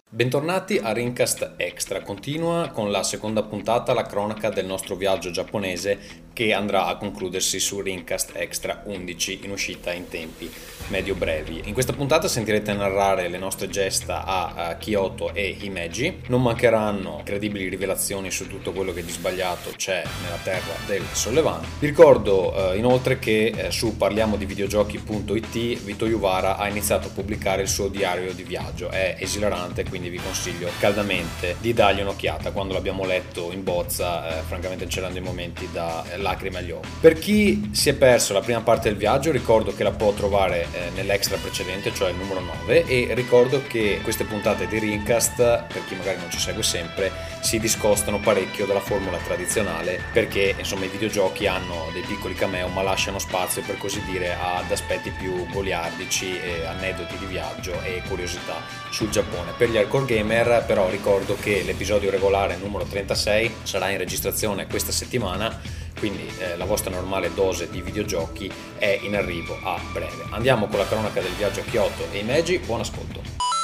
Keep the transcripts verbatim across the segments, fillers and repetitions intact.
Bentornati a Rincast Extra, continua con la seconda puntata la cronaca del nostro viaggio giapponese che andrà a concludersi su Rincast Extra undici in uscita in tempi medio-brevi. In questa puntata sentirete narrare le nostre gesta a Kyoto e Himeji, non mancheranno incredibili rivelazioni su tutto quello che di sbagliato c'è nella terra del Sollevano. Vi ricordo eh, inoltre che eh, su parliamo di videogiochi punto it Vito Juvara ha iniziato a pubblicare il suo diario di viaggio, è esilarante, quindi vi consiglio caldamente di dargli un'occhiata. Quando l'abbiamo letto in bozza eh, francamente c'erano dei momenti da eh, lacrime agli occhi. Per chi si è perso la prima parte del viaggio ricordo che la può trovare eh, nell'extra precedente, cioè il numero nove, e ricordo che queste puntate di Rincast, per chi magari non ci segue sempre, si discostano parecchio dalla formula tradizionale perché insomma i videogiochi hanno dei piccoli cameo ma lasciano spazio, per così dire, ad aspetti più goliardici, e aneddoti di viaggio e curiosità sul Giappone. Per gli hardcore gamer però ricordo che l'episodio regolare numero trentasei sarà in registrazione questa settimana, quindi eh, la vostra normale dose di videogiochi è in arrivo a breve. Andiamo con la cronaca del viaggio a Kyoto e Himeji, buon ascolto.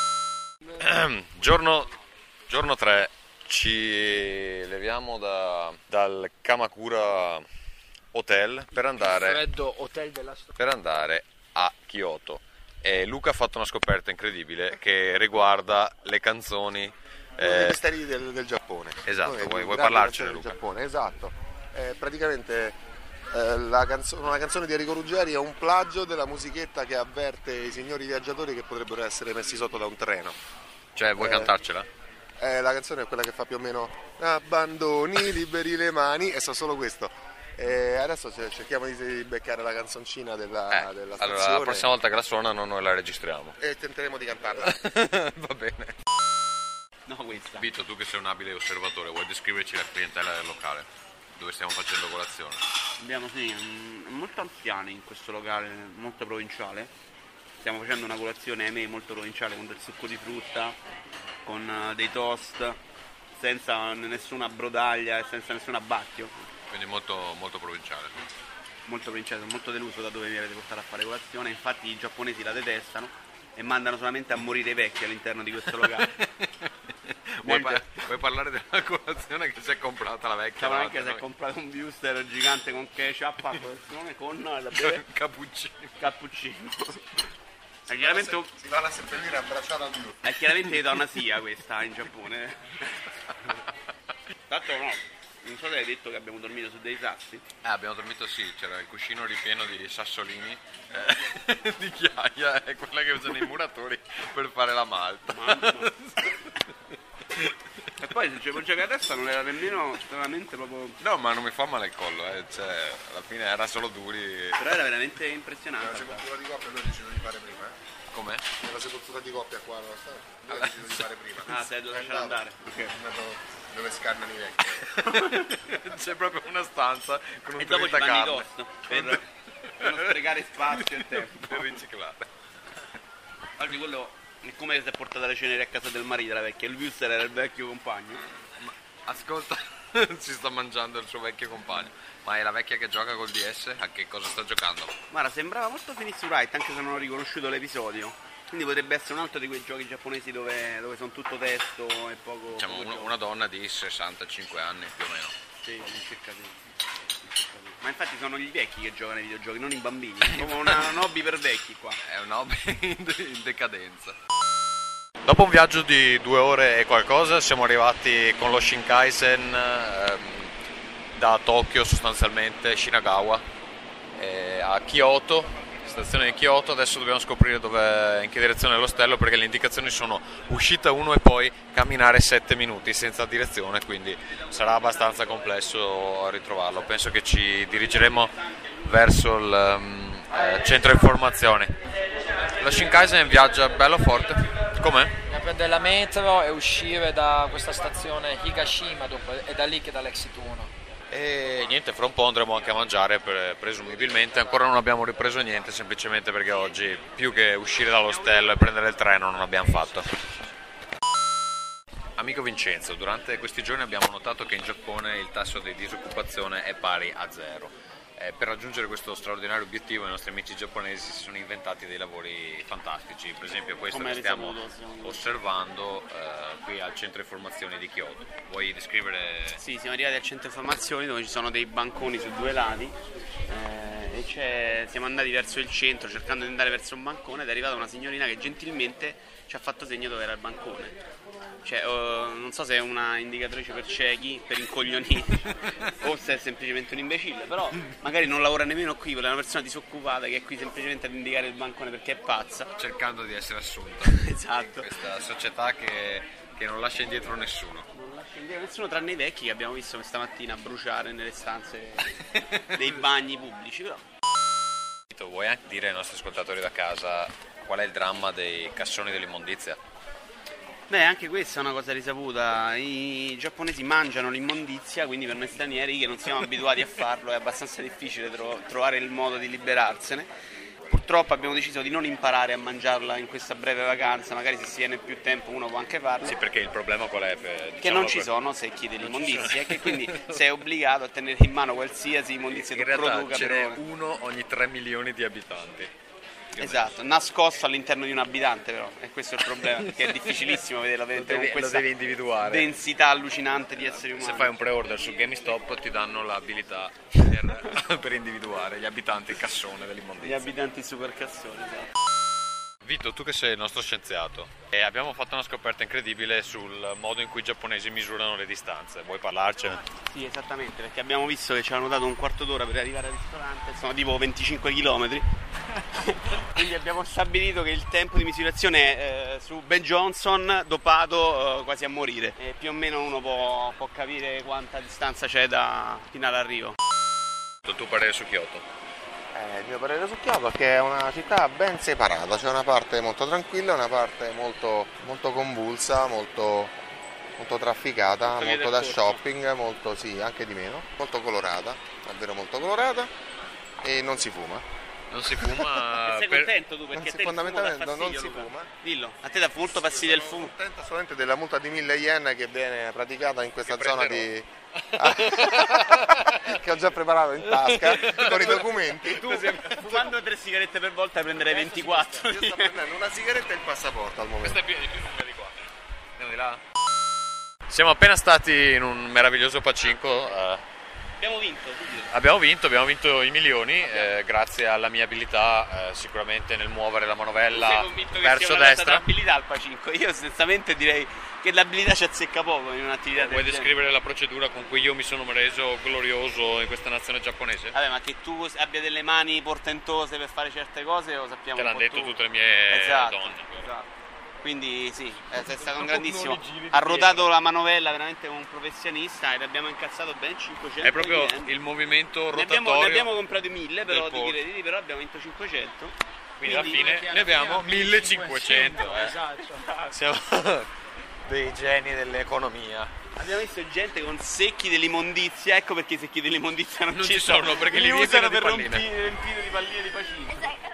Giorno, giorno tre, ci leviamo da, dal Kamakura Hotel per andare, freddo hotel della storia. per andare a Kyoto. E Luca ha fatto una scoperta incredibile che riguarda le canzoni. Uno dei misteri del, del Giappone. Esatto, Uno vuoi, dei vuoi grandi parlarcene, misteri del Luca? Giappone, esatto. Eh, praticamente eh, la canzo- una canzone di Enrico Ruggeri è un plagio della musichetta che avverte i signori viaggiatori che potrebbero essere messi sotto da un treno. Cioè, vuoi Eh, cantarcela? Eh, la canzone è quella che fa più o meno abbandoni, liberi le mani, e so solo questo. E adesso c- cerchiamo di beccare la canzoncina della, Eh, della allora, stazione la prossima volta che la suonano noi la registriamo. e tenteremo di cantarla. Va bene. No, questa. Vito, tu che sei un abile osservatore, vuoi descriverci la clientela del locale dove stiamo facendo colazione? Abbiamo sì, mm, molto anziani in questo locale, molto provinciale. Stiamo facendo una colazione, ahimè, molto provinciale, con del succo di frutta, con eh, dei toast, senza nessuna brodaglia e senza nessun abbacchio. Quindi molto, molto provinciale. Molto provinciale, sono molto deluso da dove mi avete portato a fare colazione. Infatti i giapponesi la detestano e mandano solamente a morire i vecchi all'interno di questo locale. Vuoi, Nel- pa- vuoi parlare della colazione che si è comprata la vecchia? Stavo davanti anche a si è noi? comprato un wuster gigante con ketchup a colazione con la beve Cappuccino. cappuccino. È chiaramente, Si va a seppellire abbracciata al blu. è chiaramente di donna sia questa in Giappone. Tanto no, non so se hai detto che abbiamo dormito su dei sassi. Eh, abbiamo dormito, sì, c'era il cuscino ripieno di sassolini, eh, di chiaia, è quella che usano i muratori per fare la malta. Mamma. E poi se ci poggia a testa non era nemmeno veramente proprio. No, ma non mi fa male il collo, eh, cioè, alla fine era solo duri. Però era veramente Nella impressionante. sepoltura di coppia noi deciso di fare prima, eh? Com'è? Nella sepoltura di coppia qua non sta. Noi deciso di fare prima. Ah, sei lasciato andare. Ok. Andato dove scarnano i vecchi. C'è proprio una stanza con un E dopo ci vanno i toast per, per non sprecare spazio e tempo. per riciclare. Oggi quello è come se si è portata le ceneri a casa del marito, la vecchia. Il Wuster era il vecchio compagno. Ascolta, si sta mangiando il suo vecchio compagno. Ma è la vecchia che gioca col D S? A che cosa sta giocando? Guarda, sembrava molto Phoenix Wright, anche se non ho riconosciuto l'episodio. Quindi potrebbe essere un altro di quei giochi giapponesi dove, dove sono tutto testo e poco. Diciamo poco una, gioco. una donna di sessantacinque anni più o meno. Sì, circa sì. Circa sì. Ma infatti sono i vecchi che giocano ai videogiochi, non i bambini. È come una, un hobby per vecchi qua. È un hobby in de- in decadenza. Dopo un viaggio di due ore e qualcosa siamo arrivati con lo Shinkansen ehm, da Tokyo, sostanzialmente Shinagawa, eh, a Kyoto, stazione di Kyoto. Adesso dobbiamo scoprire dove, in che direzione è l'ostello, perché le indicazioni sono uscita uno e poi camminare sette minuti senza direzione, quindi sarà abbastanza complesso ritrovarlo. Penso che ci dirigeremo verso il um, eh, centro informazioni. Lo Shinkansen viaggia bello forte. Com'è? Da prendere la metro e uscire da questa stazione Higashima, dopo è da lì che dà l'Exit uno. E niente, fra un po' andremo anche a mangiare, pre- presumibilmente. Ancora non abbiamo ripreso niente, semplicemente perché oggi più che uscire dall'ostello e prendere il treno non abbiamo fatto. Amico Vincenzo, durante questi giorni abbiamo notato che in Giappone il tasso di disoccupazione è pari a zero. eh, per raggiungere questo straordinario obiettivo i nostri amici giapponesi si sono inventati dei lavori fantastici, per esempio questo Come che stiamo risaputo, osservando eh, qui al centro informazioni di Kyoto. Vuoi descrivere? Sì, siamo arrivati al centro informazioni dove ci sono dei banconi su due lati eh, e c'è, siamo andati verso il centro cercando di andare verso un bancone ed è arrivata una signorina che gentilmente ci ha fatto segno dove era il bancone. Cioè, uh, non so se è una indicatrice per ciechi, per incoglioniti o se è semplicemente un imbecille, però magari non lavora nemmeno qui, è una persona disoccupata che è qui semplicemente ad indicare il bancone perché è pazza. Cercando di essere assunta. Esatto. In questa società che, che non lascia indietro nessuno. Non lascia indietro nessuno tranne i vecchi che abbiamo visto questa mattina bruciare nelle stanze dei bagni pubblici, però. Vuoi anche dire ai nostri ascoltatori da casa qual è il dramma dei cassoni dell'immondizia? Beh, anche questa è una cosa risaputa, i giapponesi mangiano l'immondizia, quindi per noi stranieri che non siamo abituati a farlo è abbastanza difficile tro- trovare il modo di liberarsene. Purtroppo abbiamo deciso di non imparare a mangiarla in questa breve vacanza, magari se si viene più tempo uno può anche farlo. Sì, perché il problema qual è? Per, che non ci per... sono secchi dell'immondizia e che quindi sei obbligato a tenere in mano qualsiasi immondizia tu produca. Ce n'è per... uno ogni tre milioni di abitanti. Esatto, nascosto all'interno di un abitante però, e questo è il problema, perché è difficilissimo vederlo vedete, devi, con questa devi individuare. Densità allucinante di esseri umani. Se fai un pre-order su GameStop ti danno l'abilità per, per individuare gli abitanti cassone dell'immondizia. Gli abitanti super cassoni, esatto. Vito, tu che sei il nostro scienziato, e abbiamo fatto una scoperta incredibile sul modo in cui i giapponesi misurano le distanze, vuoi parlarcene? Sì, esattamente, perché abbiamo visto che ci hanno dato un quarto d'ora per arrivare al ristorante, sono tipo venticinque chilometri, quindi abbiamo stabilito che il tempo di misurazione è eh, su Ben Johnson dopato eh, quasi a morire, e più o meno uno può, può capire quanta distanza c'è da, fino all'arrivo. Il tuo parere su Kyoto? Eh, il mio parere su Kyoto è che è una città ben separata, c'è una parte molto tranquilla e una parte molto, molto convulsa, molto, molto trafficata, Molto molto da corso. shopping, molto sì, anche di meno, molto colorata, davvero molto colorata e non si fuma. Non si fuma. Sei per... contento tu Non perché si- a te il fumo dà fondamentalmente fastidio, non si Luca? fuma. Dillo, a te dà molto fastidio il Sono fumo? contento solamente della multa di mille yen che viene praticata in questa Che zona prenderò. di... che ho già preparato in tasca con i documenti. Tu fumando tre sigarette per volta prenderai ventiquattro. Io sto prendendo una sigaretta e il passaporto al momento. Questa è piena di più lunga di qua. Andiamo di là. Siamo appena stati in un meraviglioso Pachinko. eh, Abbiamo vinto, subito. Abbiamo vinto, abbiamo vinto i milioni, eh, grazie alla mia abilità eh, sicuramente nel muovere la manovella Sei convinto che verso sia una cosa destra. d'abilità al Pacinco? Io onestamente direi che l'abilità ci azzecca poco in un'attività del Vuoi genere. descrivere la procedura con cui io mi sono reso glorioso in questa nazione giapponese? Vabbè, ma che tu abbia delle mani portentose per fare certe cose lo sappiamo Te un l'hanno po' detto tutti. tutte le mie Esatto, donne. esatto. Quindi sì, è stato un Non grandissimo. li giri di Ha rotato dietro. la manovella veramente come un professionista ed abbiamo incassato ben cinquecento È proprio yen. il movimento Ne rotatorio. abbiamo, ne abbiamo comprati mille però del di porto. crediti, però abbiamo vinto cinquecento. Quindi alla fine ne abbiamo millecinquecento. eh. Esatto. Siamo dei geni dell'economia. Abbiamo visto gente con secchi dell'immondizia, ecco perché i secchi dell'immondizia non, Non ci sono, perché li li riempiono usano di per palline. rompire, riempire di palline di Pacino.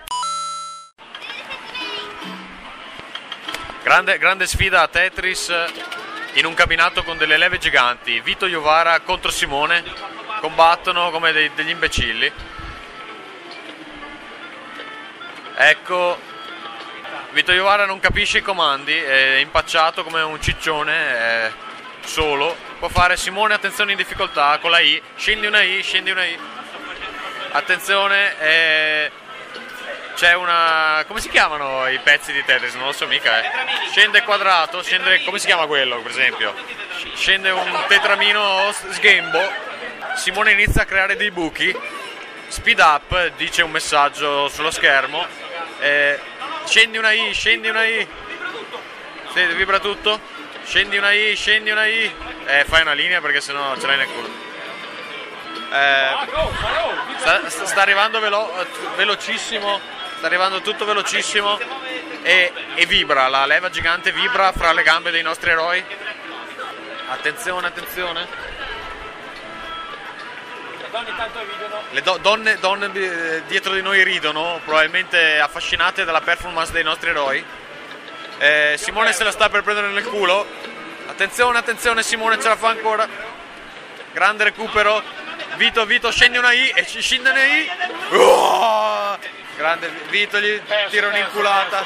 Grande, grande sfida a Tetris in un cabinato con delle leve giganti. Vito Iovara contro Simone combattono come dei- degli imbecilli. Ecco, Vito Iovara non capisce i comandi, è impacciato come un ciccione, è solo. Può fare Simone, attenzione in difficoltà con la I, scendi una I, scendi una I. Attenzione, eh, c'è una... come si chiamano i pezzi di Tetris? Non lo so mica, eh. Scende quadrato, scende... come si chiama quello per esempio? Scende un tetramino sghembo, Simone inizia a creare dei buchi, speed up, dice un messaggio sullo schermo, eh, scendi una I, scendi una I, sì, vibra tutto, scendi una I, scendi una I, eh, fai una linea perché sennò ce l'hai nel culo. Eh, sta, sta arrivando velo- velocissimo, sta arrivando tutto velocissimo e, e vibra, la leva gigante vibra fra le gambe dei nostri eroi. Attenzione, attenzione. Le donne intanto ridono. Le do- donne, donne eh, dietro di noi ridono, probabilmente affascinate dalla performance dei nostri eroi. Eh, Simone se la sta per prendere nel culo. Attenzione, attenzione, Simone ce la fa ancora. Grande recupero. Vito, Vito scende una I e ci scende una I. Oh! Grande Vito, gli tira un'inculata.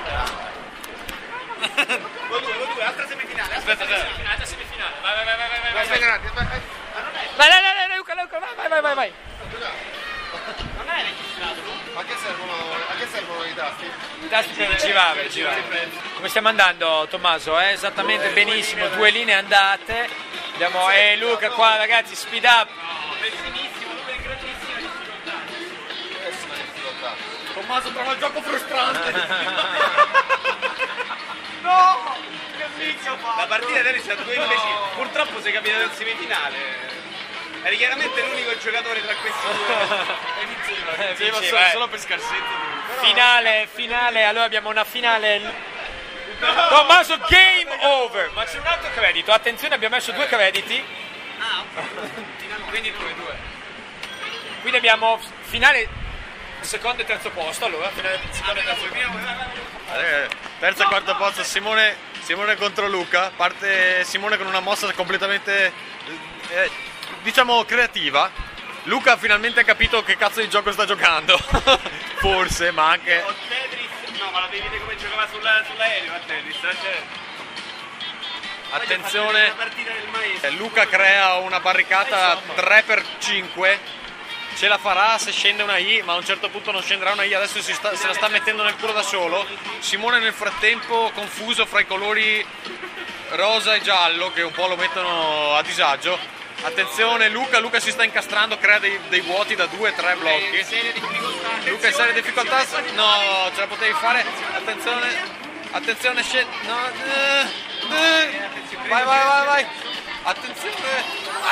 Altra semifinale. Aspetta, aspetta. Altra semifinale. Vai, vai, vai, vai, vai, vai. Vai, grandi, vai, vai. Vai, vai, vai, vai, Luca, Luca, vai, vai, vai, vai. Non è registrato? A che servono, a che servono i tasti? I tasti per girare, girare. Come stiamo andando, Tommaso? Eh? Esattamente benissimo, due linee andate. Abbiamo, e eh, Luca qua, ragazzi, speed up. Benissimo, numeri grandissimi, difficoltà. Pessima difficoltà. Tommaso trova il gioco frustrante. No! Che pizza fa? La partita ieri è stata due imbecilli. Purtroppo sei capitato in semifinale. Eri chiaramente l'unico giocatore tra questi due. Eh, Diceva diceva, solo, eh. solo per scarsette. Finale, finale, allora abbiamo una finale. Tommaso, game over! Ma c'è un altro credito, attenzione, abbiamo messo due crediti. Ah, quindi due, due. Quindi abbiamo finale secondo e terzo posto, allora, finale secondo e terzo posto. Eh, terzo e quarto posto, Simone, Simone contro Luca. Parte Simone con una mossa completamente, eh, diciamo, creativa. Luca finalmente ha capito che cazzo di gioco sta giocando. Forse, ma anche... O Tetris, no, ma la devi vedere come giocava sulla, sull'aereo a Tetris. Cioè... Attenzione, La partita del maestro. Luca crea una barricata tre per cinque. Ce la farà se scende una I, ma a un certo punto non scenderà una I, adesso si sta, se la sta mettendo nel culo da solo. Simone nel frattempo confuso fra i colori rosa e giallo che un po' lo mettono a disagio. Attenzione, Luca, Luca si sta incastrando, crea dei, dei vuoti da due tre blocchi. Luca in serie difficoltà, no, ce la potevi fare. Attenzione, attenzione, scende, no, eh, eh. vai, vai, vai, vai, attenzione.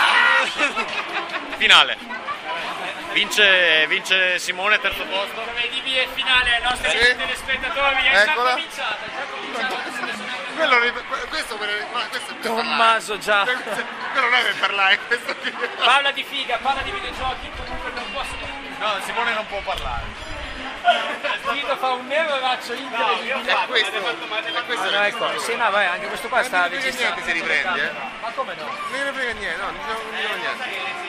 Finale. Vince, vince Simone, terzo posto. Come D B è finale ai nostri Sì. telespettatori, è già Eccola. cominciata, è già cominciata. Quello, questo per, ma questo è per Tommaso già. parlare. Quello non è per parlare, questo qui. Parla di figa, parla di videogiochi, comunque non posso. No, Simone non può parlare. Vito fa un neroraccio incredibile. È questo, è questo. Ah, no, ecco. Sì, no, vai, anche questo qua Non sta mi frega niente se riprendi, eh. Ma come no? Non me ne frega niente, no, non dicevo, non dicevo niente.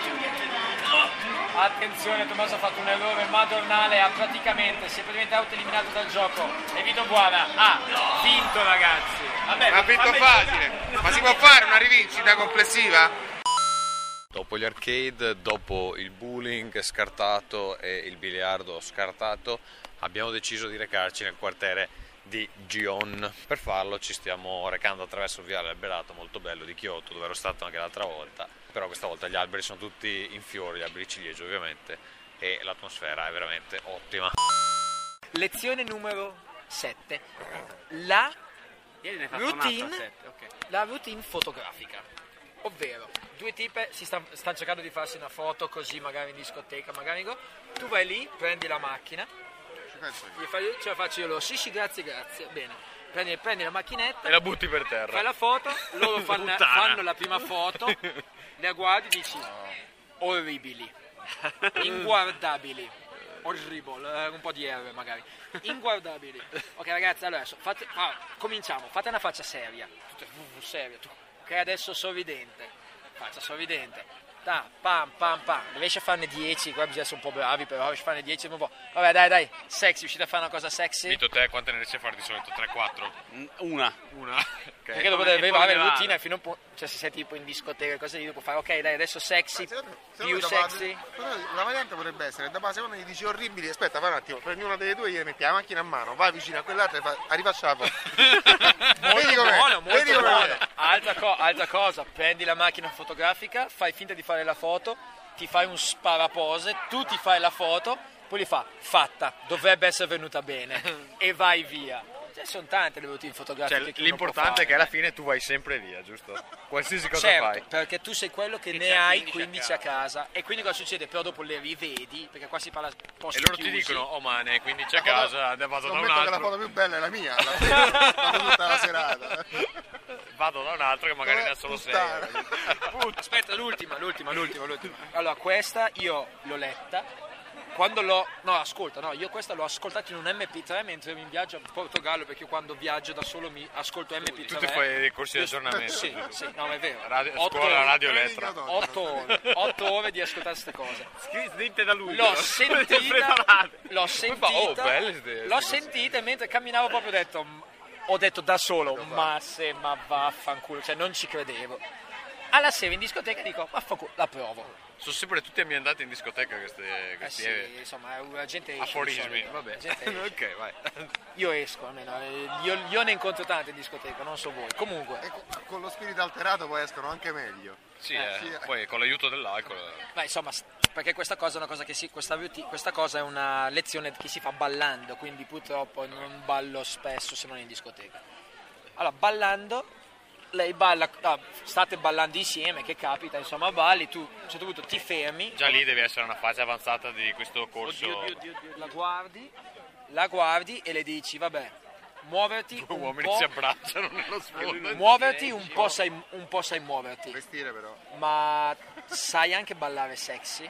Attenzione, Tommaso ha fatto un errore madornale, ha praticamente, si è praticamente autoeliminato dal gioco. E Vito Buona ha vinto, ragazzi. Vabbè, Ma ha vinto facile. Ma si può fare una rivincita complessiva? Dopo gli arcade, dopo il bowling scartato e il biliardo scartato, abbiamo deciso di recarci nel quartiere di Gion. Per farlo ci stiamo recando attraverso il viale alberato molto bello di Kyoto, dove ero stato anche l'altra volta, però questa volta gli alberi sono tutti in fiori, gli alberi ciliegi ovviamente, e l'atmosfera è veramente ottima. Lezione numero sette. La Ieri ne hai fatto routine, un'altra a sette, ok. la routine fotografica. Ovvero, due tipe si stanno stan cercando di farsi una foto così, magari in discoteca, magari go. Tu vai lì, prendi la macchina, gli fai, ce la faccio io loro, sì sì grazie grazie, bene, prendi, prendi la macchinetta E la butti per terra. fai la foto, loro fanno, Puttana. fanno la prima foto, le guardi e dici orribili, inguardabili, orribile, eh, un po' di R magari, inguardabili. Ok ragazzi, allora adesso fate, ah, cominciamo, fate una faccia seria, tutte, uh, seria, tu, ok adesso sorridente, faccia sorridente. Ta, pam, pam, pam. Riesci a farne dieci, qua bisogna essere un po' bravi, però riesci a farne dieci un po'. Vabbè, dai, dai, sexy, riuscite a fare una cosa sexy? Vito, te quante ne riesci a fare di solito? tre quattro? Una. Una? Ok. Perché dopo poi- devi e poi avere ne la vado. routine fino a un po'. Cioè, se sei tipo in discoteca e cose lì, puoi fare, ok, dai, adesso sexy, Secondo- secondo più me dopo la- sexy. secondo me la variante potrebbe essere, dopo la seconda gli dici orribili, aspetta, fai un attimo, prendi una delle due e gli metti la macchina a mano, vai vicino a quell'altra e fa, rifaccia la foto. Molto Vedi com'è, buono, molto vedi com'è. buono. Altra, co- altra cosa, prendi la macchina fotografica, fai finta di fare la foto, ti fai un sparapose, tu ti fai la foto, poi gli fa, fatta, dovrebbe essere venuta bene, e vai via. Cioè, sono tante le routine fotografiche Cioè, che uno può l'importante è fare. che alla fine tu vai sempre via, giusto? Qualsiasi cosa Certo, fai. perché tu sei quello che E ne c'è hai quindici a quindici a casa. E quindi cosa succede? Però dopo le rivedi, perché qua si parla posti E loro ti chiusi. dicono, oh mane, quindi c'è a casa, vado da un Scommetto che la altro, foto più bella è la mia, la la tutta la serata. vado da un altro che magari Come ne ha solo sei. puttana. Aspetta, l'ultima, l'ultima, l'ultima, l'ultima. Allora, questa io l'ho letta quando l'ho no ascolta no io questa l'ho ascoltata in un emme pi tre mentre ero in viaggio a Portogallo, perché io quando viaggio da solo mi ascolto emme pi tre. Tu ti fai dei corsi di aggiornamento. Sì, sì, no, ma è vero. Radio, otto scuola ore, Radio Elettra. otto ore, otto ore di ascoltare queste cose. Scritte da lui. L'ho però. sentita, l'ho sentita, Oh, belle ste- l'ho sentita e mentre camminavo proprio ho detto, ho detto da solo, ma se, ma vaffanculo, cioè non ci credevo. Alla sera in discoteca dico, vaffanculo, la provo. Sono sempre tutti ambientati in discoteca questi, Eh questi sì, insomma, la gente esce. aforismi. di solito, Vabbè. la gente esce. Ok, vai. Io esco almeno, eh, io, io ne incontro tante in discoteca, non so voi. Comunque, E co- con lo spirito alterato poi escono anche meglio. Sì, eh, sì, eh. poi con l'aiuto dell'alcol. ma insomma, s- perché questa cosa è una cosa che si, questa, routine- questa cosa è una lezione che si fa ballando, quindi purtroppo non ballo spesso se non in discoteca. Allora, ballando, lei balla, ah, state ballando insieme, che capita, insomma, balli, tu a un certo punto ti fermi, Già lì deve essere una fase avanzata di questo corso. Oddio, oddio, oddio, oddio. la guardi, la guardi e le dici, vabbè, muoverti Due un uomini po', si abbracciano nello sfondo. muoverti un po' sai, un po' sai muoverti, Vestire però. ma sai anche ballare sexy?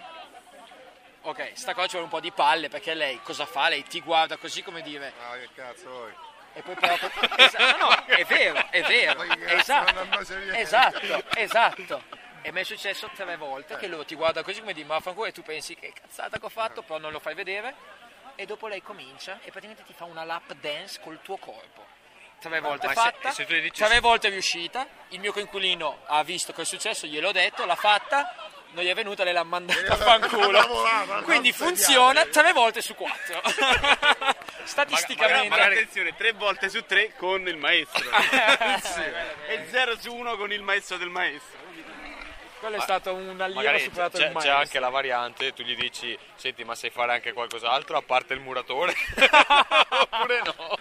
Ok, sta cosa ci vuole un po' di palle, perché lei cosa fa? Lei ti guarda così come dire, Ah, che cazzo vuoi? e poi però esa- no, no, è vero, è vero, Poi che cazzo, esatto, non andò se viene. esatto, esatto. E mi è successo tre volte che loro ti guarda così come di ma fanculo e tu pensi che cazzata che ho fatto, però non lo fai vedere, e dopo lei comincia e praticamente ti fa una lap dance col tuo corpo. Tre volte ma se- fatta, e se tu gli dici- tre volte è riuscita, il mio coinquilino ha visto che è successo, gliel'ho detto, l'ha fatta, non gli è venuta, lei l'ha mandata a fanculo. l'ha volata, Quindi non funziona tre volte su quattro. Statisticamente. Ma attenzione, tre volte su tre con il maestro. Sì. E il zero su uno con il maestro del maestro. Quello è stato un allievo Magari superato c'è, il c'è maestro. anche la variante, tu gli dici, senti ma sai fare anche qualcos'altro a parte il muratore? Oppure no?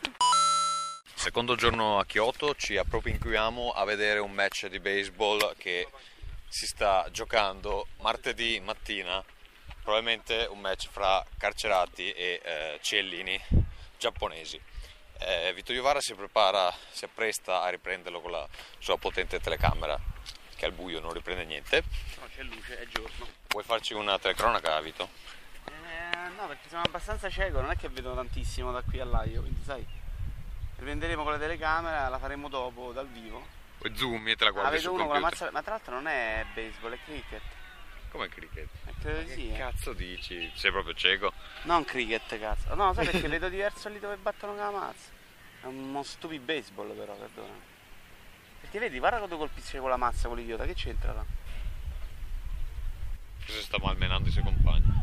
Secondo giorno a Kyoto, ci appropinquiamo a vedere un match di baseball che si sta giocando martedì mattina, probabilmente un match fra carcerati e eh, ciellini giapponesi. Eh, Vito Iovara si prepara, si appresta a riprenderlo con la sua potente telecamera, che al buio non riprende niente. No, c'è luce, è giorno. Vuoi farci una telecronaca, Vito? Eh, no, perché sono abbastanza cieco, non è che vedo tantissimo da qui a là, io, quindi sai, riprenderemo con la telecamera, la faremo dopo dal vivo. Poi zoomi e te la Ah, guardi vedo sul uno con la computer. mazza, ma tra l'altro non è baseball, è cricket. Come cricket? Eh, credo di sì. Che eh. cazzo dici? Sei proprio cieco? Non cricket, cazzo. No, sai perché vedo diverso lì dove battono con la mazza. È uno stupid baseball però, perdona. Perché vedi, guarda quando colpisce con la mazza quell'idiota, che c'entra là? Forse sta malmenando i suoi compagni.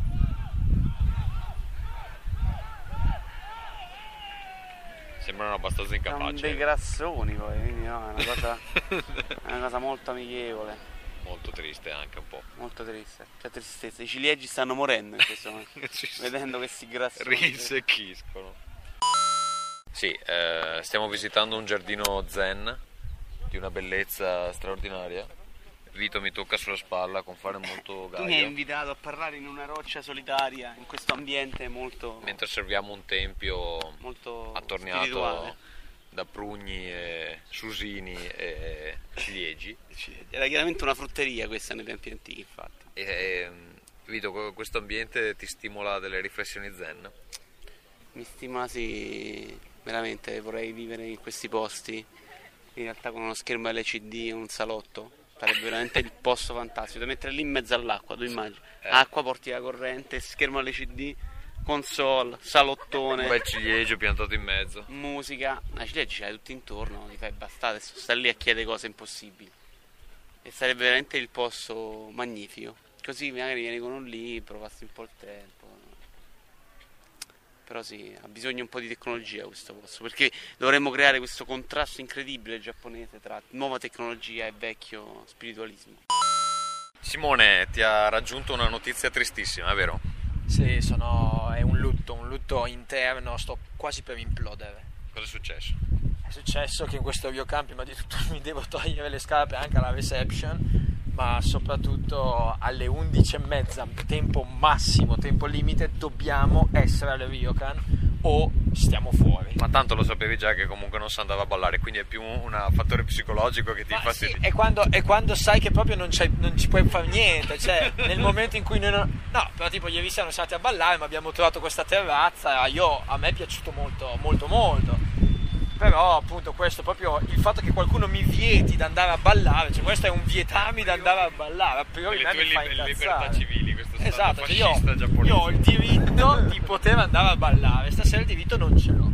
Sembrano abbastanza Sono incapaci. dei grassoni poi, quindi no, è una cosa, è una cosa molto amichevole. Molto triste anche un po'. Molto triste, c'è tristezza. I ciliegi stanno morendo in questo momento, vedendo questi grassoni. Rinsecchiscono. Sì, eh, stiamo visitando un giardino zen di una bellezza straordinaria. Vito mi tocca sulla spalla con fare molto Tu mi hai gaio. invitato a parlare in una roccia solitaria, in questo ambiente molto, Mentre osserviamo un tempio molto attorniato spirituale. da prugni e susini e ciliegi. Era chiaramente una frutteria questa nei tempi antichi, infatti. E, ehm, Vito, que- questo ambiente ti stimola delle riflessioni zen? Mi stimola, sì, veramente vorrei vivere in questi posti, in realtà con uno schermo L C D e un salotto. Sarebbe veramente il posto fantastico da mettere lì in mezzo all'acqua, tu immagini, Eh. acqua, porti la corrente, schermo L C D, console, salottone, Un bel ciliegio piantato in mezzo. musica, la ciliegia ce l'hai tutti intorno, ti fai bastare, adesso stai lì a chiedere cose impossibili. E sarebbe veramente il posto magnifico. Così magari vieni con un libro, passi un po' il tempo. Però sì, ha bisogno un po' di tecnologia questo posto, perché dovremmo creare questo contrasto incredibile giapponese tra nuova tecnologia e vecchio spiritualismo. Simone, ti ha raggiunto una notizia tristissima, è vero? Sì, sono, è un lutto, un lutto interno, sto quasi per implodere. Cosa è successo? È successo che in questo videocamp prima di tutto mi devo togliere le scarpe anche alla reception, ma soprattutto alle undici e mezza, tempo massimo, tempo limite, dobbiamo essere al Ryokan o stiamo fuori. Ma tanto lo sapevi già che comunque non si andava a ballare, quindi è più un fattore psicologico che ti Ma fa sì, sentire. è quando, è quando sai che proprio non, c'hai, non ci puoi fare niente, cioè nel momento in cui noi non... No, però tipo ieri sera siamo stati a ballare, ma abbiamo trovato questa terrazza, io, a me è piaciuto molto, molto, molto. Però appunto questo proprio il fatto che qualcuno mi vieti di andare a ballare, cioè questo è un vietarmi di andare a ballare, a priori le me mi tue fa li- incazzare. libertà civili, questo stato Esatto, cioè io, fascista giapponese. io ho il diritto di poter andare a ballare, stasera il diritto non ce l'ho.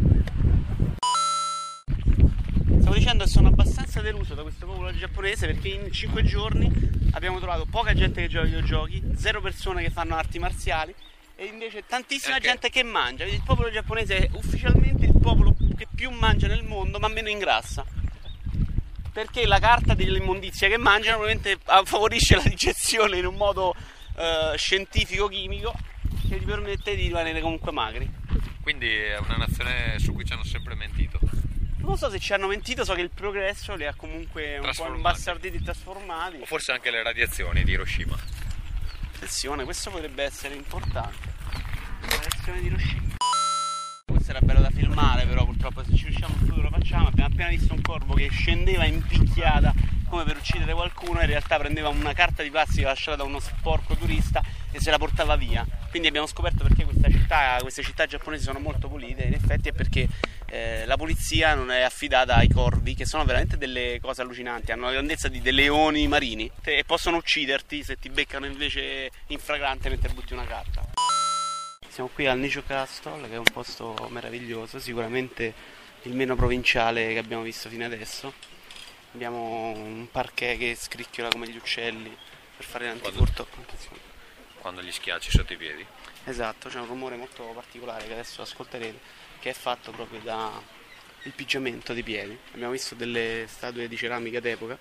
Stavo dicendo che sono abbastanza deluso da questo popolo giapponese perché in cinque giorni abbiamo trovato poca gente che gioca ai videogiochi, zero persone che fanno arti marziali e invece tantissima Perché? gente che mangia. Il popolo giapponese è ufficialmente il popolo che più mangia nel mondo ma meno ingrassa. Perché la carta dell'immondizia che mangiano ovviamente favorisce la digestione in un modo eh, scientifico-chimico che ti permette di rimanere comunque magri. Quindi è una nazione su cui ci hanno sempre mentito. Non so se ci hanno mentito, so che il progresso li ha comunque un po' imbastarditi e trasformati. O forse anche le radiazioni di Hiroshima. Attenzione, questo potrebbe essere importante. La reazione di Hiroshima. Questo era bello da filmare, però purtroppo se ci riusciamo in futuro lo facciamo. Abbiamo appena visto un corvo che scendeva in picchiata come per uccidere qualcuno, in realtà prendeva una carta di plastica lasciata da uno sporco turista e se la portava via. Quindi abbiamo scoperto perché questa città, queste città giapponesi sono molto pulite, in effetti è perché eh, la polizia non è affidata ai corvi, che sono veramente delle cose allucinanti, hanno la grandezza di dei leoni marini e possono ucciderti se ti beccano invece in fragrante mentre butti una carta. Siamo qui al Nijo Castle, che è un posto meraviglioso, sicuramente il meno provinciale che abbiamo visto fino adesso. Abbiamo un parquet che scricchiola come gli uccelli per fare l'antifurto. Quando gli schiacci sotto i piedi. Esatto, c'è un rumore molto particolare che adesso ascolterete, che è fatto proprio da il pigiamento dei piedi. Abbiamo visto delle statue di ceramica d'epoca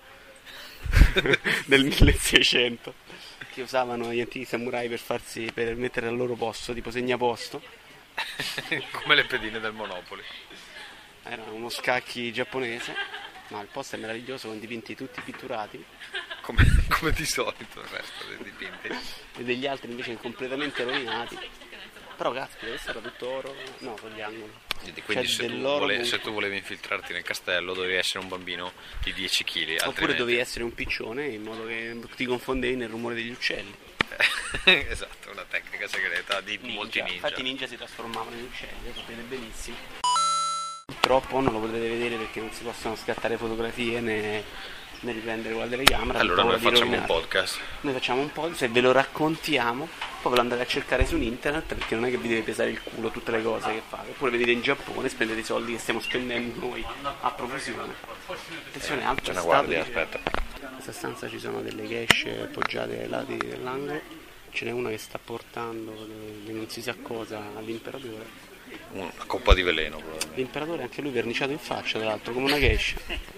del milleseicento che usavano gli antichi samurai per farsi per mettere al loro posto, tipo segnaposto. Come le pedine del Monopoli. Era uno scacchi giapponese, ma il posto è meraviglioso con dipinti tutti pitturati. Come, come di solito il resto dei dipinti. E degli altri invece completamente rovinati. Però caspita, questo era tutto oro, no, con gli angoli. Quindi se tu, vole, se tu volevi infiltrarti nel castello dovevi essere un bambino di dieci chili. Oppure dovevi essere un piccione in modo che ti confondevi nel rumore degli uccelli. Esatto, una tecnica segreta di ninja. molti ninja. Infatti i ninja si trasformavano in uccelli, lo sapete benissimo. Purtroppo non lo potrete vedere perché non si possono scattare fotografie né, né riprendere con la telecamera. Allora noi facciamo un podcast. Noi facciamo un podcast e ve lo raccontiamo, poi ve lo andate a cercare su internet perché non è che vi deve pesare il culo tutte le cose che fate. Oppure venite in Giappone e spendete i soldi che stiamo spendendo noi a profusione. Attenzione, altra C'è una statua guardia, di- aspetta. In questa stanza ci sono delle geishe appoggiate ai lati dell'angolo. Ce n'è una che sta portando de- de- non si sa cosa all'imperatore. Una coppa di veleno probabilmente. L'imperatore anche lui verniciato in faccia, tra l'altro, come una geisha.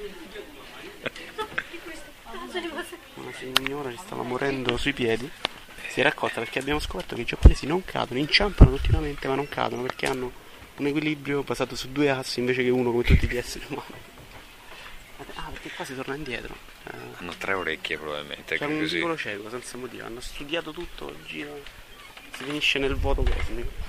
Una signora ci stava morendo sui piedi. Si era accorta perché abbiamo scoperto che i giapponesi non cadono, inciampano continuamente ma non cadono perché hanno un equilibrio basato su due assi invece che uno come tutti gli esseri umani. Ah, perché qua si torna indietro. Eh, Hanno tre orecchie probabilmente. C'è un Così. piccolo cieco senza motivo, hanno studiato tutto, il giro si finisce nel vuoto cosmico.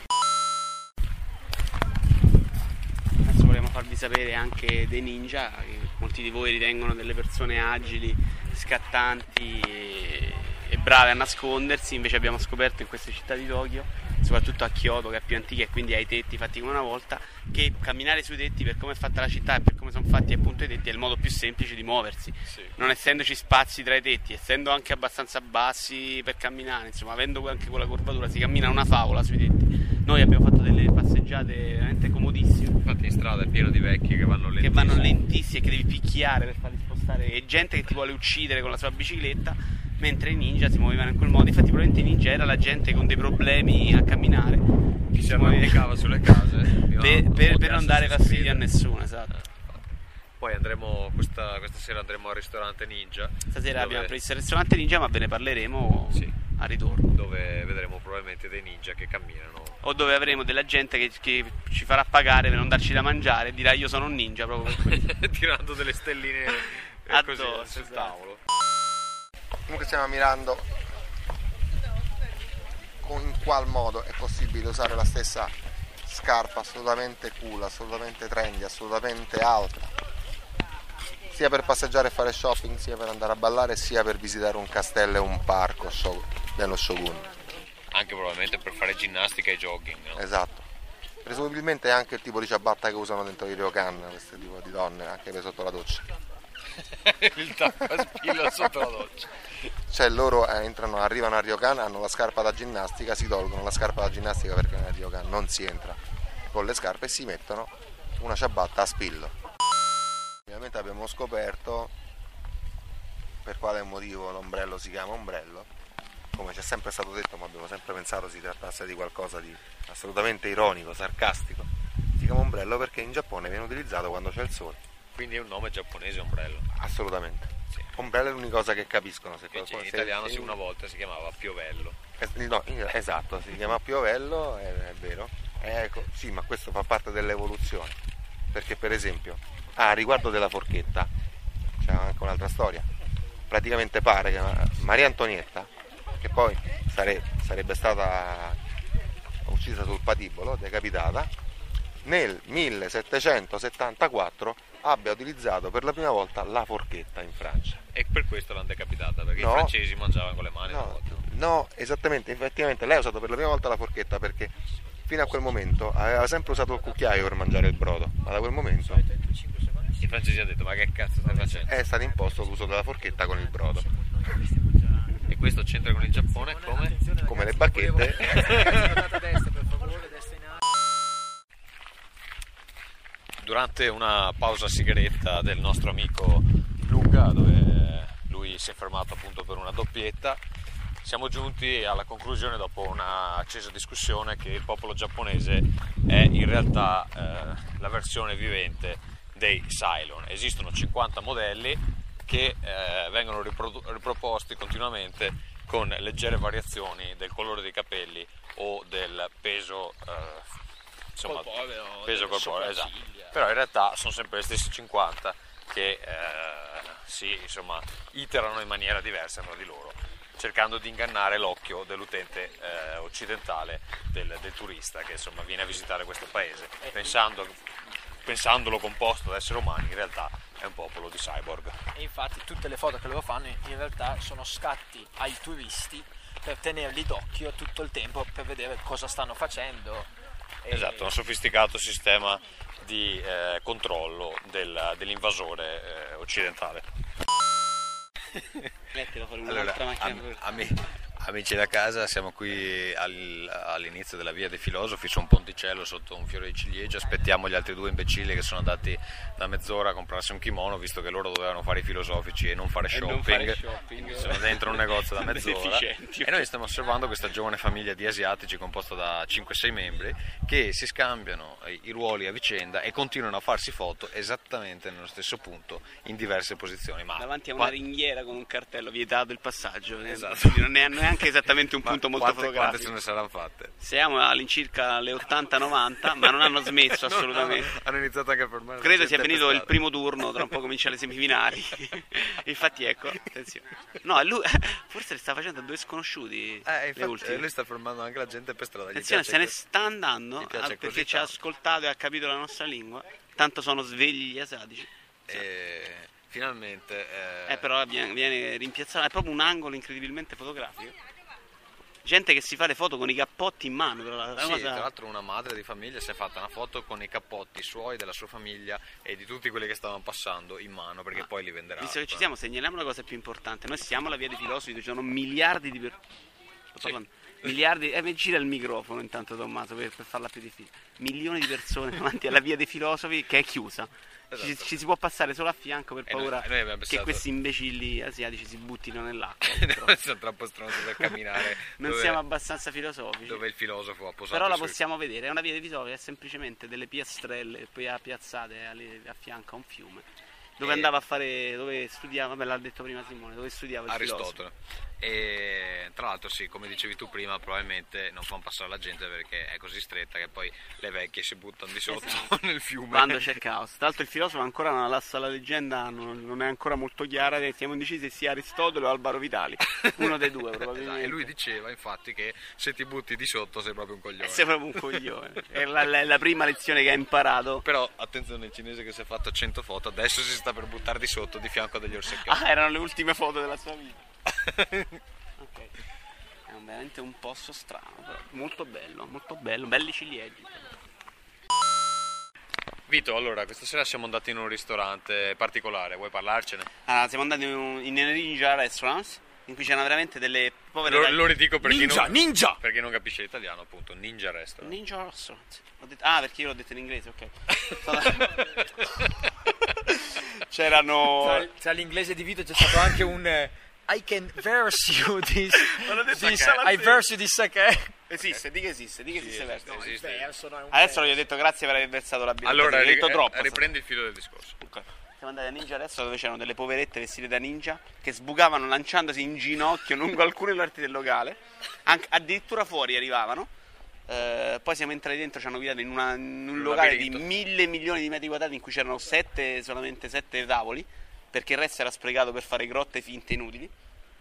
Adesso vogliamo farvi sapere anche dei ninja, che molti di voi ritengono delle persone agili, scattanti e, e brave a nascondersi, invece abbiamo scoperto in queste città di Tokyo, soprattutto a Kyoto che è più antica e quindi ha i tetti fatti come una volta, che camminare sui tetti per come è fatta la città e per come sono fatti appunto i tetti è il modo più semplice di muoversi, Sì. non essendoci spazi tra i tetti, essendo anche abbastanza bassi per camminare, insomma avendo anche quella curvatura si cammina una favola sui tetti. Noi abbiamo fatto delle passeggiate veramente comodissime, Infatti in strada è pieno di vecchi che vanno lentissimi. che vanno lentissimi e che devi picchiare per farli spostare, e gente che ti vuole uccidere con la sua bicicletta, mentre i ninja si muovevano in quel modo. Infatti probabilmente i ninja era la gente con dei problemi a camminare, Chi si arrampicava sulle case per, per, per non dare fastidio a nessuno, esatto. Poi andremo questa, questa sera andremo al ristorante Ninja. Stasera dove, abbiamo previsto il ristorante ninja, ma ve ne parleremo Sì. a ritorno. dove vedremo probabilmente dei ninja che camminano. O dove avremo della gente che, che ci farà pagare per non darci da mangiare e dirà io sono un ninja proprio per questo. Tirando delle stelline eh, così Addosso, sul esatto. tavolo. Comunque stiamo ammirando con in qual modo è possibile usare la stessa scarpa assolutamente cool, assolutamente trendy, assolutamente alta, sia per passeggiare e fare shopping, sia per andare a ballare, sia per visitare un castello e un parco dello Shogun. Anche probabilmente per fare ginnastica e jogging, no? Esatto. Presumibilmente è anche il tipo di ciabatta che usano dentro i ryokan, questo tipo di donne, anche per sotto la doccia. Il tappaspillo sotto la doccia. Cioè loro eh, entrano, arrivano a ryokan, hanno la scarpa da ginnastica, si tolgono la scarpa da ginnastica perché nel ryokan non si entra con le scarpe e si mettono una ciabatta a spillo. Ovviamente abbiamo scoperto per quale motivo l'ombrello si chiama ombrello. Come ci è sempre stato detto, ma abbiamo sempre pensato si trattasse di qualcosa di assolutamente ironico, sarcastico. Si chiama ombrello perché in Giappone viene utilizzato quando c'è il sole. Quindi è un nome giapponese ombrello. Assolutamente. Sì. Ombrello è l'unica cosa che capiscono. Se Invece qualcuno, in se, italiano se, sì, una volta si chiamava piovello. Eh, no, in, esatto, si chiama piovello, è, è vero. Ecco, sì, ma questo fa parte dell'evoluzione. Perché per esempio, ah, riguardo della forchetta, c'è anche un'altra storia. Praticamente pare che Maria Antonietta, che poi sare, sarebbe stata uccisa sul patibolo, decapitata, nel millesettecentosettantaquattro abbia utilizzato per la prima volta la forchetta in Francia. E per questo l'hanno decapitata, perché No. i francesi mangiavano con le mani una No, volta. no, esattamente, effettivamente lei ha usato per la prima volta la forchetta perché fino a quel momento aveva sempre usato il cucchiaio per mangiare il brodo, ma da quel momento I francesi hanno detto: ma che cazzo stai facendo? è stato imposto l'uso della forchetta con il brodo. E questo c'entra con il Giappone come? Come le bacchette. Durante una pausa sigaretta del nostro amico Luca, dove lui si è fermato appunto per una doppietta, siamo giunti alla conclusione, dopo una accesa discussione, che il popolo giapponese è in realtà eh, la versione vivente dei Cylon. Esistono cinquanta modelli che eh, vengono riprodu- riproposti continuamente con leggere variazioni del colore dei capelli o del peso eh, insomma, Corporeo, peso delle corporeo, esatto. sopracciglia. Però in realtà sono sempre gli stessi cinquanta che eh, si insomma iterano in maniera diversa tra di loro, cercando di ingannare l'occhio dell'utente eh, occidentale, del, del turista che insomma viene a visitare questo paese, pensando, pensandolo composto da esseri umani. In realtà è un popolo di cyborg. E infatti tutte le foto che loro fanno in realtà sono scatti ai turisti per tenerli d'occhio tutto il tempo, per vedere cosa stanno facendo. E... Esatto, un sofisticato sistema di eh, controllo del, dell'invasore eh, occidentale. Allora, am- ami- amici da casa, siamo qui al- all'inizio della via dei filosofi, su un ponticello sotto un fiore di ciliegio. Aspettiamo gli altri due imbecilli che sono andati da mezz'ora a comprarsi un kimono, visto che loro dovevano fare i filosofici e non fare shopping, non fare shopping. sono dentro un negozio da mezz'ora Deficienti. e noi stiamo osservando questa giovane famiglia di asiatici composta da cinque sei membri che si scambiano i i ruoli a vicenda e continuano a farsi foto esattamente nello stesso punto in diverse posizioni. Ma Davanti a una qua- ringhiera con un cartello vietato il passaggio. Esatto. Quindi non è neanche esattamente un ma punto molto quante, fotografico. quante se ne saranno fatte? Siamo all'incirca alle ottanta novanta, ma non hanno smesso No, assolutamente. no, hanno iniziato anche a fermare. Credo la sia gente finito per il strada. primo turno, tra un po' comincia le semifinali. Infatti ecco, attenzione. No, lui forse le sta facendo a due sconosciuti. Eh, le infatti, ultime. eh, lui sta fermando anche la gente per strada. Gli Attenzione, piace se ne que- sta andando gli piace ah, perché così ci ha tanto. ascoltato e ha capito la nostra lingua. Tanto sono svegli gli asiatici. E finalmente eh, Eh, però viene, viene rimpiazzato, è proprio un angolo incredibilmente fotografico. Gente che si fa le foto con i cappotti in mano. Tra l'altro. È sì, una cosa- tra l'altro una madre di famiglia si è fatta una foto con i cappotti suoi, della sua famiglia e di tutti quelli che stavano passando in mano, perché poi li venderà. Visto che ci siamo, segnaliamo la cosa più importante. Noi siamo alla via dei filosofi dove ci sono miliardi di persone. Miliardi, eh, mi gira il microfono intanto Tommaso per, per farla più difficile. Milioni di persone davanti alla via dei filosofi che è chiusa. Ci, Esatto. ci si può passare solo a fianco per E noi- paura e noi abbiamo che pensato- questi imbecilli asiatici si buttino nell'acqua. Noi siamo troppo stronzi per camminare Non dove, siamo abbastanza filosofici. dove il filosofo ha posato Però la i suoi- possiamo vedere, è una via dei filosofi, è semplicemente delle piastrelle poi piazzate alle- a fianco a un fiume Dove e... andava a fare, dove studiava, vabbè l'ha detto prima Simone, dove studiava il Aristotele. filosofo. E tra l'altro sì, come dicevi tu prima, probabilmente non fanno passare la gente perché è così stretta che poi le vecchie si buttano di sotto Esatto. nel fiume. Quando c'è caos. Tra l'altro il filosofo ancora non lassa la leggenda, non, non è ancora molto chiara, siamo indecisi se sia Aristotele o Alvaro Vitali, uno dei due probabilmente. Esatto, e lui diceva infatti che se ti butti di sotto sei proprio un coglione. Sei proprio un coglione. È la, la, la prima lezione che ha imparato. Però attenzione, il cinese che si è fatto cento foto adesso si sta per buttare di sotto di fianco degli orsacchioni. Ah, erano le ultime foto della sua vita. Ok, è un, veramente un posto strano, però molto bello, molto bello, belli ciliegi. Vito, allora questa sera siamo andati in un ristorante particolare, vuoi parlarcene? Allora, siamo andati in un in Ninja Restaurants, in cui c'erano veramente delle povere Lo, ragazze- lo ridico per chi, Ninja, non, ninja! per chi non capisce l'italiano, appunto, Ninja Restaurant. Ninja Restaurants. Ho detto- ah, perché io l'ho detto in inglese, ok. C'erano... Tra, tra l'inglese di Vito c'è stato anche un eh, I can verse you this, Non ho detto this sake. I verse you this sake. Esiste, di che esiste, di che esiste verso. no, esiste. Verso, no, è un Adesso verso. gli ho detto grazie per aver versato la birra. Allora, ho ri- detto troppo. eh, riprendi il filo del discorso. Ok. Siamo andati a Ninja adesso dove c'erano delle poverette vestite da ninja che sbucavano lanciandosi in ginocchio lungo alcune parti del locale, anche, addirittura fuori arrivavano. Eh, poi siamo entrati dentro, ci hanno guidato in, una, in un Un locale labirinto. di mille milioni di metri quadrati in cui c'erano sette, solamente sette tavoli, perché il resto era sprecato per fare grotte finte inutili.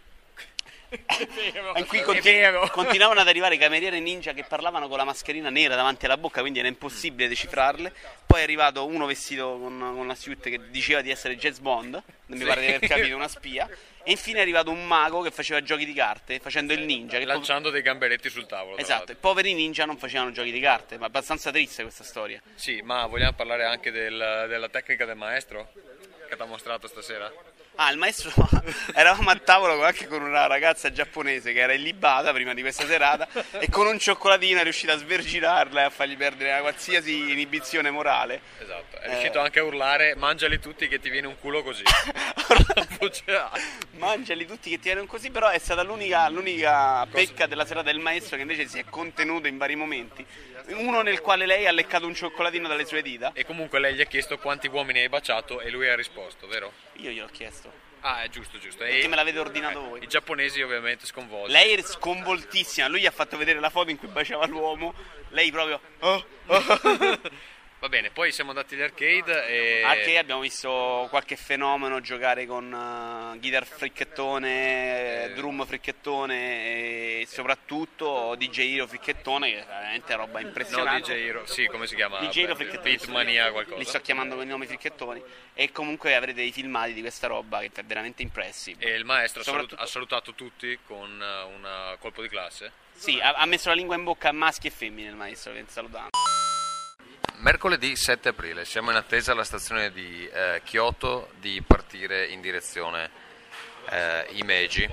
In cui conti- continuavano ad arrivare cameriere ninja che parlavano con la mascherina nera davanti alla bocca, quindi era impossibile decifrarle. Poi è arrivato uno vestito con, con una suit che diceva di essere James Bond, mi pare di aver capito, una spia. E infine è arrivato un mago che faceva giochi di carte facendo il ninja che po- Lanciando dei gamberetti sul tavolo. tra esatto, l'altro. i poveri ninja non facevano giochi di carte, ma è abbastanza triste questa storia. Sì, ma vogliamo parlare anche del- della tecnica del maestro che ti ha mostrato stasera? Ah, il maestro, eravamo a tavolo anche con una ragazza giapponese che era illibata prima di questa serata e con un cioccolatino è riuscita a sverginarla e a fargli perdere una qualsiasi inibizione morale. Esatto, è Eh. riuscito anche a urlare mangiali tutti che ti viene un culo così. Voce alta. Mangiali tutti che ti erano così, però è stata l'unica, l'unica pecca della serata del maestro che invece si è contenuto in vari momenti. Uno nel quale lei ha leccato un cioccolatino dalle sue dita. E comunque lei gli ha chiesto quanti uomini hai baciato e lui ha risposto, vero? Io gliel'ho chiesto. Ah, è giusto, giusto. E Perché me l'avete ordinato voi. i giapponesi ovviamente sconvolti. Lei è sconvoltissima, lui gli ha fatto vedere la foto in cui baciava l'uomo. Lei proprio... oh, oh. Va bene, poi siamo andati agli arcade e... Anche abbiamo visto qualche fenomeno giocare con uh, guitar fricchettone, Eh. drum fricchettone e soprattutto D J Hero fricchettone, che è veramente roba No, impressionante. D J Hero, sì, come si chiama? D J Hero fricchettone. Beatmania qualcosa. Li sto chiamando con i nomi fricchettoni. E comunque avrete dei filmati di questa roba che è veramente impressi. E il maestro ha salut- Soprattutto- ha salutato tutti con uh, un colpo di classe. Sì, ha, ha messo la lingua in bocca a maschi e femmine il maestro che salutava. Mercoledì sette aprile, siamo in attesa alla stazione di eh, Kyoto di partire in direzione eh, Himeji.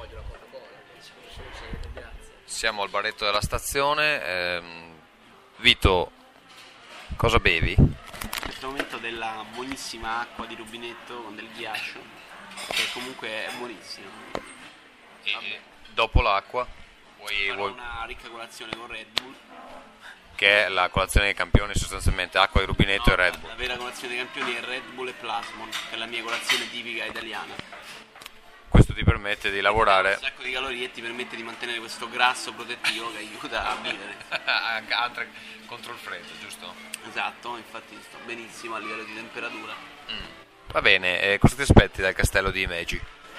Siamo al baretto della stazione. ehm, Vito, cosa bevi? In questo momento della buonissima acqua di rubinetto con del ghiaccio, che comunque è buonissimo. E dopo l'acqua, vuoi, Farò vuoi- una ricca colazione con Red Bull. che è la colazione dei campioni, sostanzialmente acqua di rubinetto e Red Bull. La vera colazione dei campioni è Red Bull e Plasmon, che è la mia colazione tipica italiana. Questo ti permette di lavorare Un sacco di calorie e ti permette di mantenere questo grasso protettivo che aiuta a vivere. anche altre contro il freddo, giusto? Esatto, infatti sto benissimo a livello di temperatura. Va bene, e cosa ti aspetti dal castello di Himeji?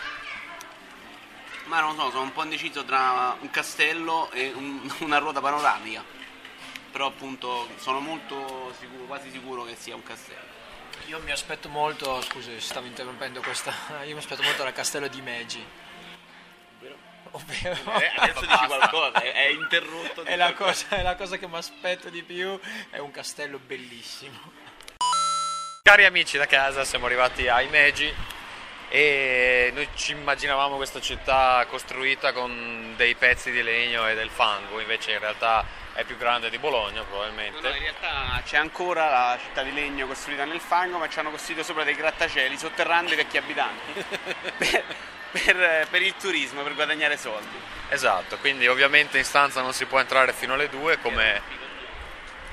Ma non lo so, sono un po' indeciso tra un castello e un- una ruota panoramica. Però appunto sono molto sicuro, quasi sicuro che sia un castello. Io mi aspetto molto, scusi, stavo interrompendo questa. Io mi aspetto molto dal castello di Meiji. Ovvero. Eh, adesso dici qualcosa, è, è interrotto. È la, cosa, è la cosa che mi aspetto di più, è un castello bellissimo. Cari amici da casa, siamo arrivati a Himeji e noi ci immaginavamo questa città costruita con dei pezzi di legno e del fango, invece in realtà è più grande di Bologna probabilmente. No, no, in realtà c'è ancora la città di legno costruita nel fango, ma ci hanno costruito sopra dei grattacieli sotterranei dei vecchi abitanti per, per- per il turismo, per guadagnare soldi. Esatto, quindi ovviamente in stanza non si può entrare fino alle due come,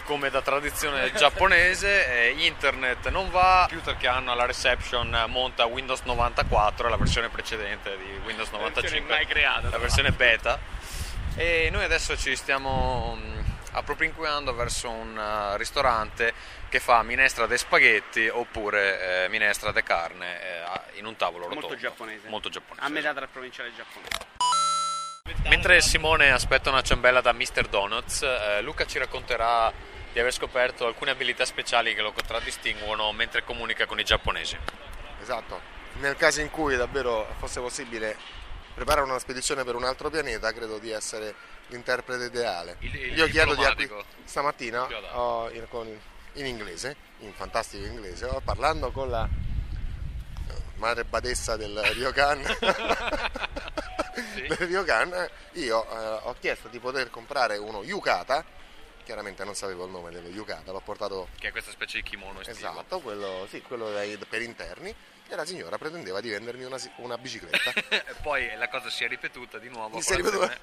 come da tradizione giapponese, eh, internet non va più perché hanno la reception monta Windows novantaquattro, la versione precedente di Windows novantacinque, mai creata, la versione beta, e noi adesso ci stiamo appropinquando verso un uh, ristorante che fa minestra de spaghetti oppure eh, minestra de carne eh, in un tavolo rotondo. Molto giapponese. Molto giapponese. A metà tra il provinciale e il giapponese. Mentre Simone aspetta una ciambella da mister Donuts, eh, Luca ci racconterà di aver scoperto alcune abilità speciali che lo contraddistinguono mentre comunica con i giapponesi. Esatto, nel caso in cui davvero fosse possibile preparare una spedizione per un altro pianeta, credo di essere l'interprete ideale. Il, il Io chiedo di diplomatico. acqui- stamattina ho, in, con, in inglese, in fantastico inglese, ho, parlando con la madre badessa del Ryokan, Sì. del Ryokan, io eh, ho chiesto di poter comprare uno yukata, chiaramente non sapevo il nome dello yukata, l'ho portato, Che è questa specie di kimono estivo. esatto, quello, sì, quello dai- per interni, e la signora pretendeva di vendermi una, una bicicletta. E poi la cosa si è ripetuta di nuovo. Mi si è ripetuta.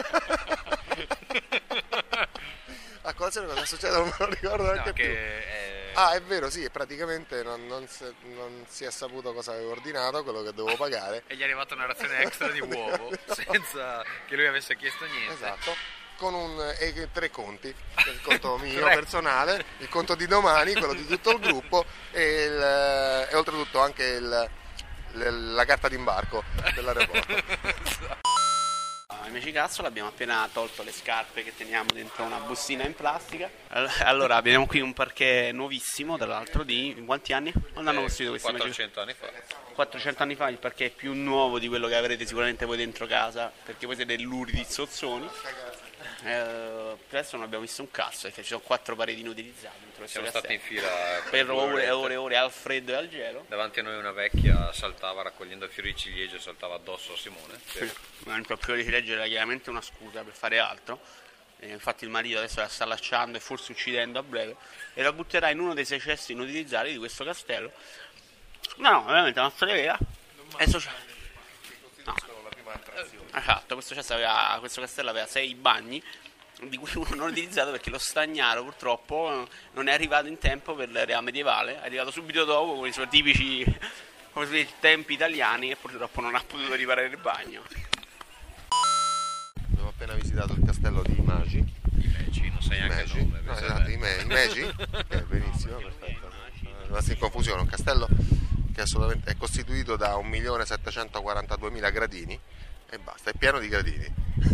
A colazione cosa succede? Non me lo ricordo neanche No, più. che è... Ah, è vero, sì, praticamente non, non, si, non si è saputo cosa avevo ordinato, quello che dovevo pagare. E gli è arrivata una razione extra di uovo senza che lui avesse chiesto niente. Esatto, con un, e tre conti, il conto mio Tre. personale, il conto di domani, quello di tutto il gruppo e, il, e oltretutto anche il, l- la carta d'imbarco dell'aeroporto. Ai Magic Castle abbiamo appena tolto le scarpe che teniamo dentro una bustina in plastica. Allora abbiamo qui un parquet nuovissimo, tra l'altro di in quanti anni? Quando hanno costruito questi Magic quattrocento anni fa. quattrocento anni fa. Il parquet è più nuovo di quello che avrete sicuramente voi dentro casa, perché voi siete luridi zozzoni. Eh, per adesso non abbiamo visto un cazzo, perché ci sono quattro pareti inutilizzate dentro questo Siamo stati castello. in fila Per due ore e orette. ore e ore al freddo e al gelo. Davanti a noi una vecchia saltava raccogliendo fiori di ciliegio e saltava addosso a Simone. Sì. Ma il proprio di legge era chiaramente una scusa per fare altro. E infatti il marito adesso la sta lasciando e forse uccidendo a breve e la butterà in uno dei sei cessi inutilizzati di questo castello. No, no, veramente è una storia vera. È sociale. No. Esatto, questo, cesso aveva, questo castello aveva sei bagni, di cui uno non utilizzato perché lo stagnaro purtroppo non è arrivato in tempo per l'era medievale, è arrivato subito dopo con i suoi tipici come si dice, tempi italiani e purtroppo non ha potuto riparare il bagno. Abbiamo appena visitato il castello di Imagi. I Meci, non sai neanche Imagi. il nome. No, pensa esatto, te. i Me- Imagi. Eh, benissimo, perfetto. Sono rimasto in confusione, un castello che assolutamente è costituito da un milione settecentoquarantaduemila gradini e basta, è pieno di gradini.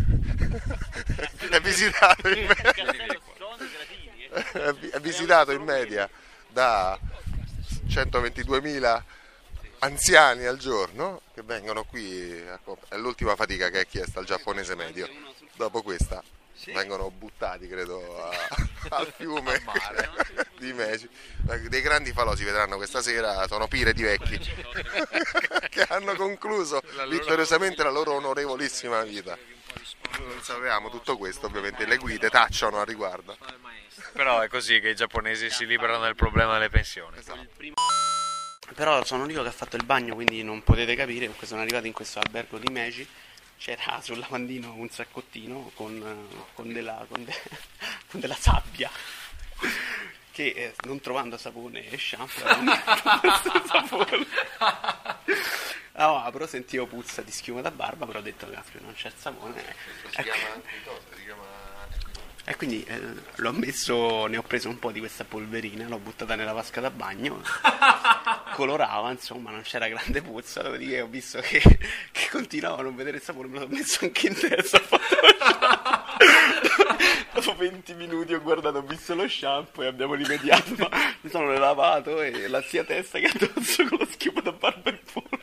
È visitato in media, è visitato in media da centoventiduemila anziani al giorno che vengono qui, ecco, è l'ultima fatica che è chiesta al giapponese medio. Dopo questa vengono buttati, credo, a- al fiume di Meiji. Dei grandi falò si vedranno questa sera, sono pire di vecchi che hanno concluso vittoriosamente la loro onorevolissima vita. Non sapevamo tutto questo, ovviamente le guide tacciono al riguardo. Però è così che i giapponesi si liberano del problema delle pensioni. Esatto. Però sono io che ho fatto il bagno, quindi non potete capire, perché sono arrivato in questo albergo di Meiji. C'era sul lavandino un saccottino con, con, della, con, de, con della sabbia che eh, non trovando sapone e shampoo sapone. Allora, però sentivo puzza di schiuma da barba, però ho detto caspita non c'è il sapone. Si chiama antidoto, si chiama... E quindi eh, l'ho messo, ne ho preso un po' di questa polverina, l'ho buttata nella vasca da bagno, colorava, insomma, non c'era grande puzza, dopodiché ho visto che, che continuavo a non vedere il sapore, me l'ho messo anche in testa. Dopo venti minuti ho guardato, ho visto lo shampoo e abbiamo rimediato, ma mi sono lavato e la sia testa che addosso con lo schiuma da barba in polvere.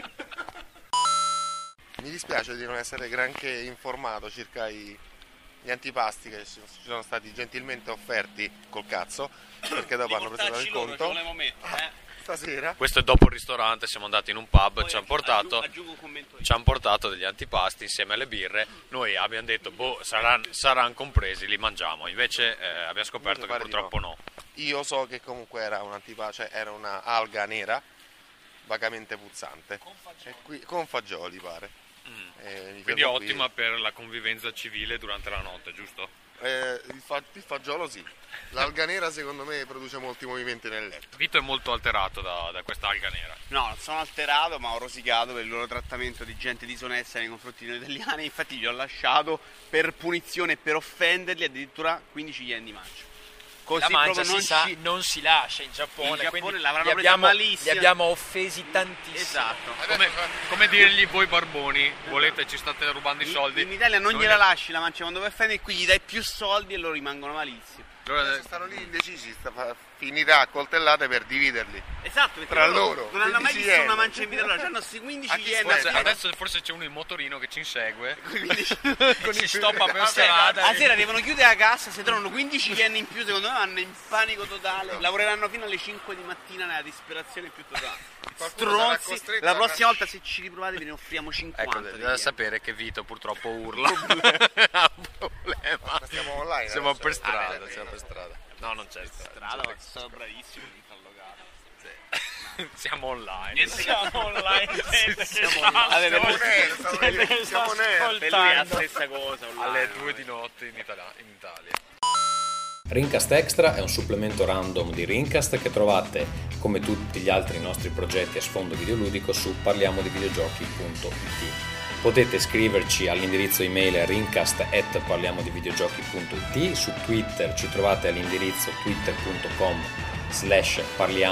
Mi dispiace di non essere granché informato circa i... gli antipasti che ci sono stati gentilmente offerti col cazzo, perché dopo hanno presentato il conto stasera. Questo è dopo il ristorante, siamo andati in un pub, Poi ci hanno aggiu- portato, aggiu- aggiungo un commento io. ci han portato degli antipasti insieme alle birre. Noi abbiamo detto, boh, saranno, saranno compresi, li mangiamo. Invece eh, abbiamo scoperto Mi che pare di purtroppo no. Io so che comunque era un antipa- cioè era una alga nera vagamente puzzante con fagioli, qui, con fagioli pare. Mm. E mi Quindi fermo qui. ottima per la convivenza civile durante la notte, giusto? Eh, il, fa- il fagiolo sì. L'alga nera secondo me produce molti movimenti nel letto. Vito è molto alterato da, da questa alga nera. No, non sono alterato, ma ho rosicato per il loro trattamento di gente disonesta nei confronti di noi italiani. Infatti gli ho lasciato per punizione e per offenderli addirittura quindici yen di mancia. Così la mancia proprio non si sa, ci... non si lascia in Giappone, In Giappone quindi l'avranno li presa abbiamo, malissimo. li abbiamo offesi tantissimo. Esatto. Come, come dirgli voi barboni, volete, ci state rubando i soldi. In, in Italia non Noi gliela ne- lasci la mancia quando vai a offendere, qui gli dai più soldi e loro rimangono malissimo. Allora, Se stanno lì indecisi, sta- finirà a coltellate per dividerli. Esatto, perché Tra loro, non hanno mai quindici visto yen. una mancia in vita loro, hanno questi quindici A chi yen. forse, Sì, adesso forse c'è uno in motorino che ci insegue. Che ci stoppa per Vabbè, strada. a sera devono chiudere la cassa, se trovano quindici yen in più secondo me vanno in panico totale. Lavoreranno fino alle cinque di mattina nella disperazione più totale. Qualcuno sarà Stronzi, costretto la a- prossima volta se ci riprovate ve ne offriamo cinquanta. Ecco, di da yen. sapere che Vito purtroppo urla. Ha un problema. Ma stiamo online Siamo adesso? per strada, Ah, beh, siamo per strada. No, non c'è strada. Strada, ma sono bravissimo di allogare. Siamo online. Niente Siamo online, gente, Siamo che online. sta- Siamo nerd, stavo gente dicendo, che siamo sta nerd. Per lui è la ascoltando. stessa cosa. online, Alle due no? di notte in Italia. In Italia. Rincast Extra è un supplemento random di Rincast che trovate, come tutti gli altri nostri progetti a sfondo videoludico, su parliamodivideogiochi punto it. Potete scriverci all'indirizzo email rincast at parliamodivideogiochi punto it, su Twitter ci trovate all'indirizzo twitter punto com slash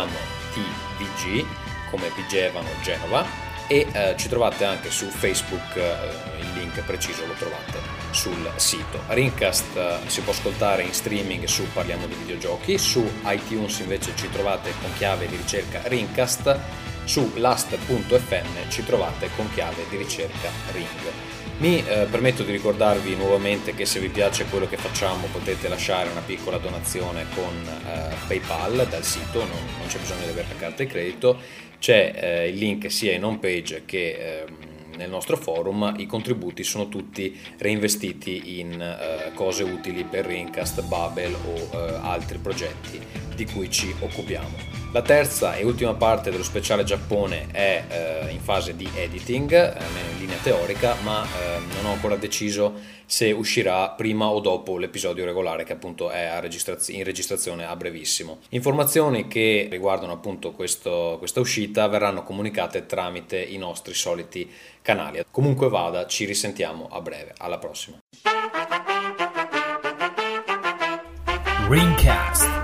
parliamotvg come Vigevano Genova e eh, ci trovate anche su Facebook, eh, il link preciso lo trovate sul sito. Rincast eh, si può ascoltare in streaming su Parliamo di Videogiochi, su iTunes invece ci trovate con chiave di ricerca Rincast, su last punto effe emme ci trovate con chiave di ricerca Ring. Mi eh, permetto di ricordarvi nuovamente che se vi piace quello che facciamo potete lasciare una piccola donazione con eh, PayPal dal sito, non, non c'è bisogno di avere la carta di credito, c'è eh, il link sia in home page che ehm, nel nostro forum. I contributi sono tutti reinvestiti in eh, cose utili per Rincast, Babel o eh, altri progetti di cui ci occupiamo. La terza e ultima parte dello speciale Giappone è eh, in fase di editing, almeno in linea teorica, ma eh, non ho ancora deciso se uscirà prima o dopo l'episodio regolare, che appunto è a registraz- in registrazione a brevissimo. Informazioni che riguardano appunto questo, questa uscita verranno comunicate tramite i nostri soliti canali. Comunque vada, ci risentiamo a breve. Alla prossima. Rincast.